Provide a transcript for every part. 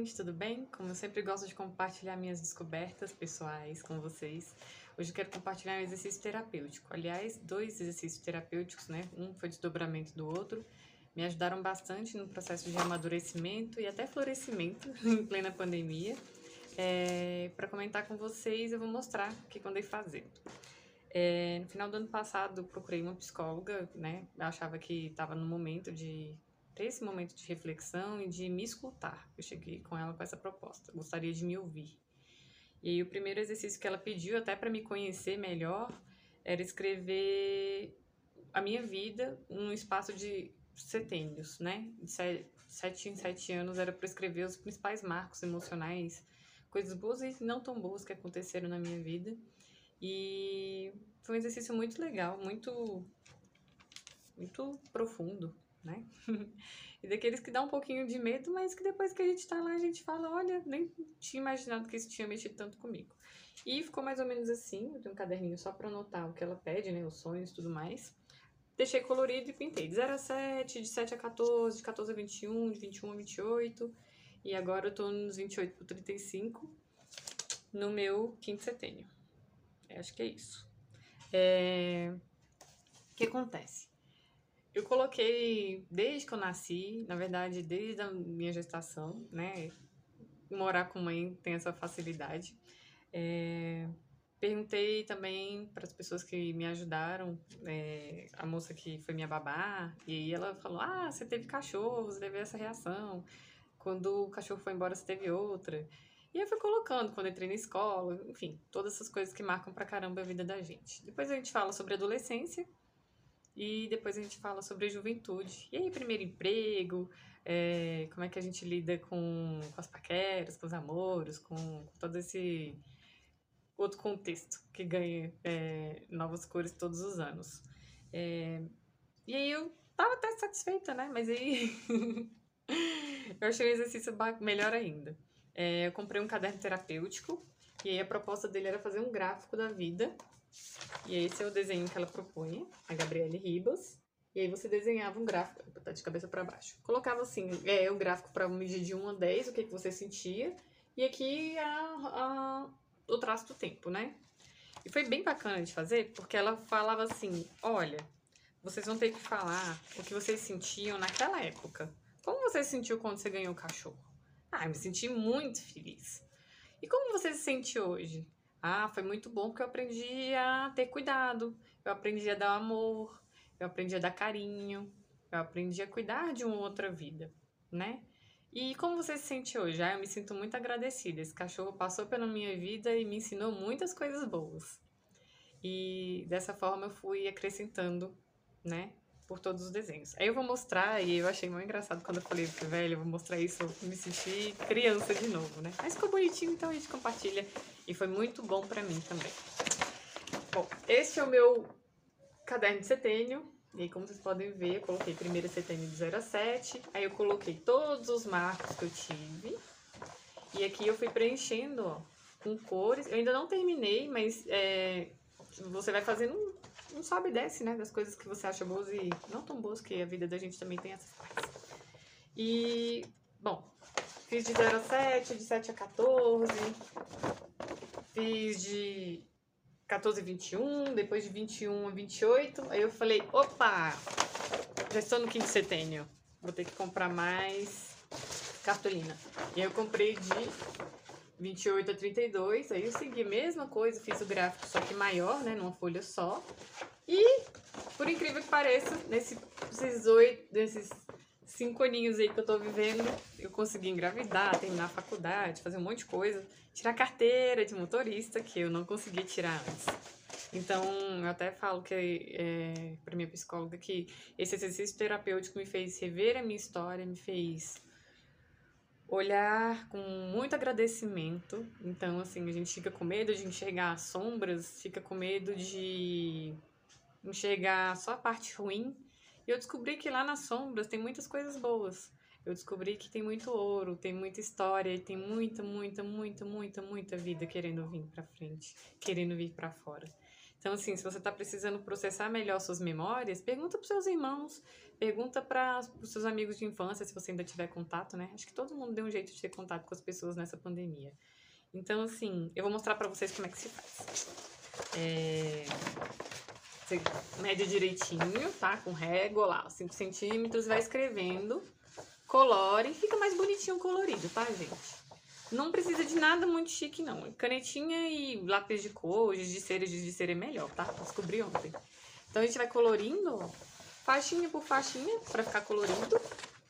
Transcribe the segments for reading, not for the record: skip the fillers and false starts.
gente, tudo bem? Como eu sempre gosto de compartilhar minhas descobertas pessoais com vocês, hoje eu quero compartilhar um exercício terapêutico. Aliás, dois exercícios terapêuticos, né? Um foi desdobramento do outro, me ajudaram bastante no processo de amadurecimento e até florescimento em plena pandemia. Para comentar com vocês, eu vou mostrar o que eu andei fazendo. No final do ano passado, eu procurei uma psicóloga, né? Eu achava que estava no momento de ter esse momento de reflexão e de me escutar. Eu cheguei com ela com essa proposta. Gostaria de me ouvir. E aí, o primeiro exercício que ela pediu, até para me conhecer melhor, era escrever a minha vida num espaço de setênios, né? De 7 em 7 anos era para escrever os principais marcos emocionais, coisas boas e não tão boas que aconteceram na minha vida. E foi um exercício muito legal, muito profundo, né? E daqueles que dá um pouquinho de medo, mas que depois que a gente tá lá, a gente fala, olha, nem tinha imaginado que isso tinha mexido tanto comigo. E ficou mais ou menos assim, eu tenho um caderninho só pra anotar o que ela pede, né, os sonhos e tudo mais. Deixei colorido e pintei de 0 a 7, de 7 a 14, de 14 a 21, de 21 a 28. E agora eu tô nos 28 pro 35, no meu quinto setênio. Acho que é isso. O que acontece? Eu coloquei, desde que eu nasci, na verdade, desde a minha gestação, né? Morar com mãe tem essa facilidade. Perguntei também para as pessoas que me ajudaram, a moça que foi minha babá, e aí ela falou: ah, você teve cachorro, você teve essa reação. Quando o cachorro foi embora, você teve outra. E eu fui colocando quando entrei na escola, enfim, todas essas coisas que marcam pra caramba a vida da gente. Depois a gente fala sobre adolescência e depois a gente fala sobre juventude. E aí, primeiro emprego, como é que a gente lida com as paqueras, com os namoros, com todo esse outro contexto que ganha novas cores todos os anos. E aí eu tava até satisfeita, né? Mas aí eu achei o exercício melhor ainda. Eu comprei um caderno terapêutico e aí a proposta dele era fazer um gráfico da vida. E esse é o desenho que ela propunha, a Gabriele Ribas. E aí você desenhava um gráfico, tá de cabeça para baixo. Colocava assim, o gráfico para medir de 1 a 10, o que você sentia. E aqui o traço do tempo, né? E foi bem bacana de fazer, porque ela falava assim, olha, vocês vão ter que falar o que vocês sentiam naquela época. Como você se sentiu quando você ganhou o cachorro? Ah, eu me senti muito feliz. E como você se sente hoje? Ah, foi muito bom porque eu aprendi a ter cuidado, eu aprendi a dar amor, eu aprendi a dar carinho, eu aprendi a cuidar de uma outra vida, né? E como você se sente hoje? Ah, eu me sinto muito agradecida. Esse cachorro passou pela minha vida e me ensinou muitas coisas boas. E dessa forma eu fui acrescentando, né, por todos os desenhos. Aí eu vou mostrar, e eu achei muito engraçado quando eu falei, velho, eu vou mostrar isso, eu me senti criança de novo, né? Mas ficou bonitinho, então a gente compartilha. E foi muito bom pra mim também. Bom, este é o meu caderno de setênio. E aí, como vocês podem ver, eu coloquei primeiro setênio de 0 a 7. Aí eu coloquei todos os marcos que eu tive. E aqui eu fui preenchendo, ó, com cores. Eu ainda não terminei, mas você vai fazendo um sobe e desce, né? Das coisas que você acha boas e não tão boas, que a vida da gente também tem essas partes. E, bom, fiz de 0 a 7, de 7 a 14, fiz de 14 a 21, depois de 21 a 28. Aí eu falei, opa, já estou no quinto setênio, vou ter que comprar mais cartolina. E aí eu comprei de 28 a 32, aí eu segui a mesma coisa, fiz o gráfico só que maior, né, numa folha só. E, por incrível que pareça, nesses 5 aninhos aí que eu tô vivendo, eu consegui engravidar, terminar a faculdade, fazer um monte de coisa, tirar carteira de motorista, que eu não consegui tirar antes. Então, eu até falo que pra minha psicóloga que esse exercício terapêutico me fez rever a minha história, me fez olhar com muito agradecimento. Então, assim, a gente fica com medo de enxergar as sombras, fica com medo de enxergar só a parte ruim. E eu descobri que lá nas sombras tem muitas coisas boas. Eu descobri que tem muito ouro, tem muita história, e tem muita vida querendo vir pra frente, querendo vir pra fora. Então, assim, se você está precisando processar melhor suas memórias, pergunta para os seus irmãos, pergunta para os seus amigos de infância, se você ainda tiver contato, né? Acho que todo mundo deu um jeito de ter contato com as pessoas nessa pandemia. Então, assim, eu vou mostrar para vocês como é que se faz. Você mede direitinho, tá? Com régua lá, 5 centímetros, vai escrevendo, colore, fica mais bonitinho colorido, tá, gente? Não precisa de nada muito chique, não. Canetinha e lápis de cor, giz de cera é melhor, tá? Descobri ontem. Então a gente vai colorindo, ó, faixinha por faixinha, pra ficar colorido,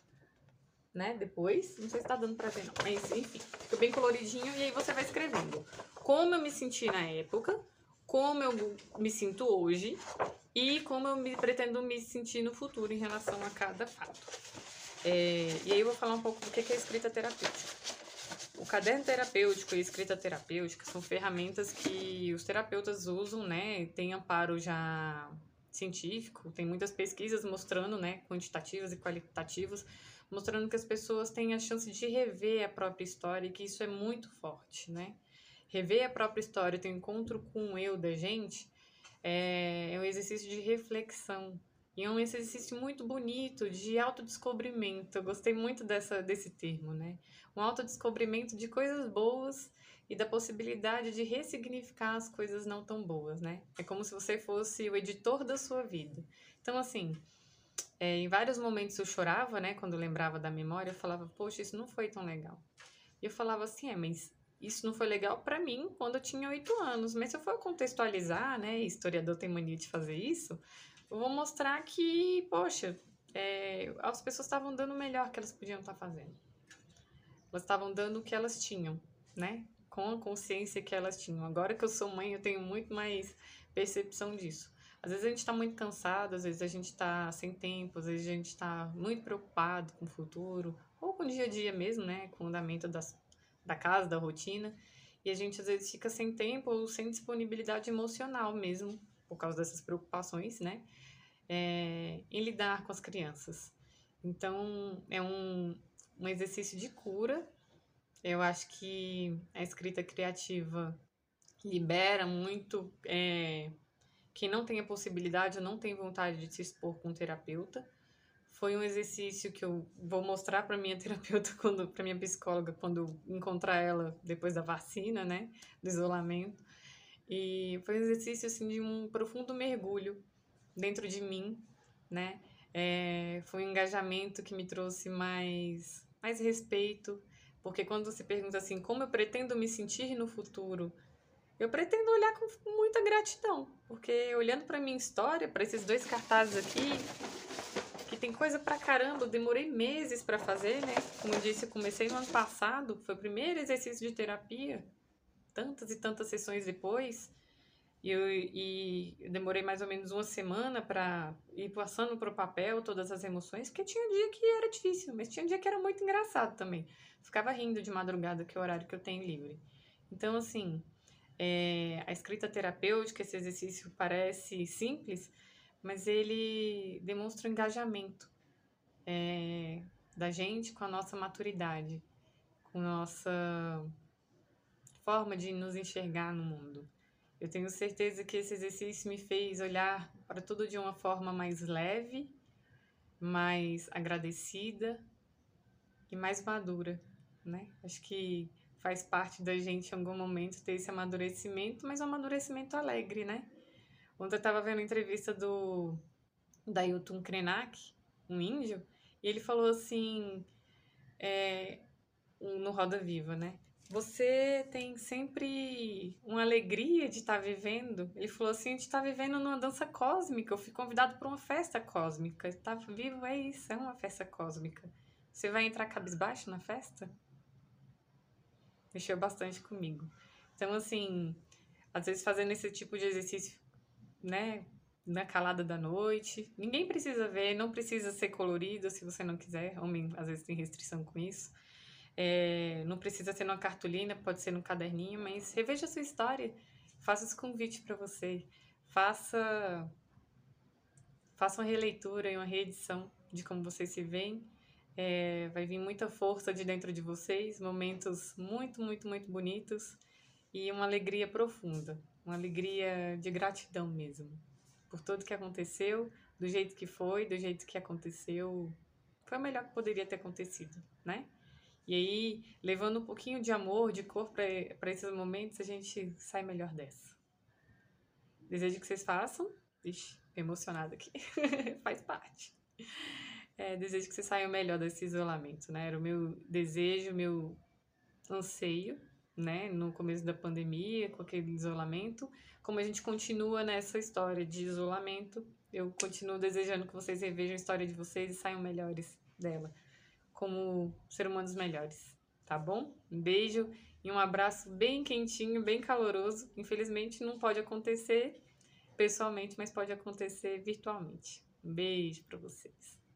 né? Depois, não sei se tá dando pra ver, não. Mas, enfim, fica bem coloridinho e aí você vai escrevendo como eu me senti na época, como eu me sinto hoje e como eu pretendo me sentir no futuro em relação a cada fato. E aí eu vou falar um pouco do que é escrita terapêutica. O caderno terapêutico e a escrita terapêutica são ferramentas que os terapeutas usam, né? Tem amparo já científico, tem muitas pesquisas mostrando, né, quantitativas e qualitativas, mostrando que as pessoas têm a chance de rever a própria história e que isso é muito forte, né? Rever a própria história, ter um encontro com o eu da gente, é um exercício de reflexão. E é um exercício muito bonito de autodescobrimento. Eu gostei muito desse termo, né? Um autodescobrimento de coisas boas e da possibilidade de ressignificar as coisas não tão boas, né? É como se você fosse o editor da sua vida. Então, assim, em vários momentos eu chorava, né? Quando eu lembrava da memória, eu falava, poxa, isso não foi tão legal. E eu falava assim, mas isso não foi legal para mim quando eu tinha 8 anos. Mas se eu for contextualizar, né? Historiador tem mania de fazer isso. Eu vou mostrar que, poxa, as pessoas estavam dando o melhor que elas podiam estar fazendo. Elas estavam dando o que elas tinham, né? Com a consciência que elas tinham. Agora que eu sou mãe, eu tenho muito mais percepção disso. Às vezes a gente está muito cansado, às vezes a gente está sem tempo, às vezes a gente está muito preocupado com o futuro, ou com o dia a dia mesmo, né? Com o andamento da casa, da rotina. E a gente às vezes fica sem tempo ou sem disponibilidade emocional mesmo, por causa dessas preocupações, né? Em lidar com as crianças. Então, é um exercício de cura. Eu acho que a escrita criativa libera muito quem não tem a possibilidade ou não tem vontade de se expor com um terapeuta. Foi um exercício que eu vou mostrar para minha terapeuta, para minha psicóloga, quando eu encontrar ela depois da vacina, né, do isolamento. E foi um exercício assim de um profundo mergulho dentro de mim, né? Foi um engajamento que me trouxe mais respeito, porque quando se pergunta assim, como eu pretendo me sentir no futuro, eu pretendo olhar com muita gratidão, porque olhando para minha história, para esses 2 cartazes aqui, que tem coisa pra caramba, eu demorei meses para fazer, né? Como eu disse, eu comecei no ano passado, foi o primeiro exercício de terapia, tantas e tantas sessões depois. Eu demorei mais ou menos uma semana para ir passando pro papel todas as emoções, porque tinha dia que era difícil, mas tinha dia que era muito engraçado também. Ficava rindo de madrugada, que é o horário que eu tenho livre. Então, assim, a escrita terapêutica, esse exercício parece simples, mas ele demonstra o engajamento da gente com a nossa maturidade, com a nossa forma de nos enxergar no mundo. Eu tenho certeza que esse exercício me fez olhar para tudo de uma forma mais leve, mais agradecida e mais madura, né? Acho que faz parte da gente em algum momento ter esse amadurecimento, mas um amadurecimento alegre, né? Ontem eu estava vendo a entrevista do Ailton Krenak, um índio, e ele falou assim, no Roda Viva, né? Você tem sempre uma alegria de estar vivendo. Ele falou assim, a gente está vivendo numa dança cósmica. Eu fui convidado para uma festa cósmica. Estar vivo é isso, é uma festa cósmica. Você vai entrar cabisbaixo na festa? Mexeu bastante comigo. Então, assim, às vezes fazendo esse tipo de exercício, né, na calada da noite. Ninguém precisa ver, não precisa ser colorido se você não quiser. Homem, às vezes, tem restrição com isso. Não precisa ser numa cartolina, pode ser num caderninho, mas reveja a sua história. Faça esse convite para você. Faça uma releitura e uma reedição de como vocês se veem. Vai vir muita força de dentro de vocês, momentos muito, muito, muito bonitos e uma alegria profunda, uma alegria de gratidão mesmo, por tudo que aconteceu, do jeito que foi, do jeito que aconteceu, foi o melhor que poderia ter acontecido, né? E aí, levando um pouquinho de amor, de cor para esses momentos, a gente sai melhor dessa. Desejo que vocês façam. Ixi, fiquei emocionada aqui. Faz parte. Desejo que vocês saiam melhor desse isolamento, né? Era o meu desejo, meu anseio, né? No começo da pandemia, com aquele isolamento. Como a gente continua nessa história de isolamento, eu continuo desejando que vocês revejam a história de vocês e saiam melhores dela, como ser humanos melhores, tá bom? Um beijo e um abraço bem quentinho, bem caloroso. Infelizmente não pode acontecer pessoalmente, mas pode acontecer virtualmente. Um beijo para vocês.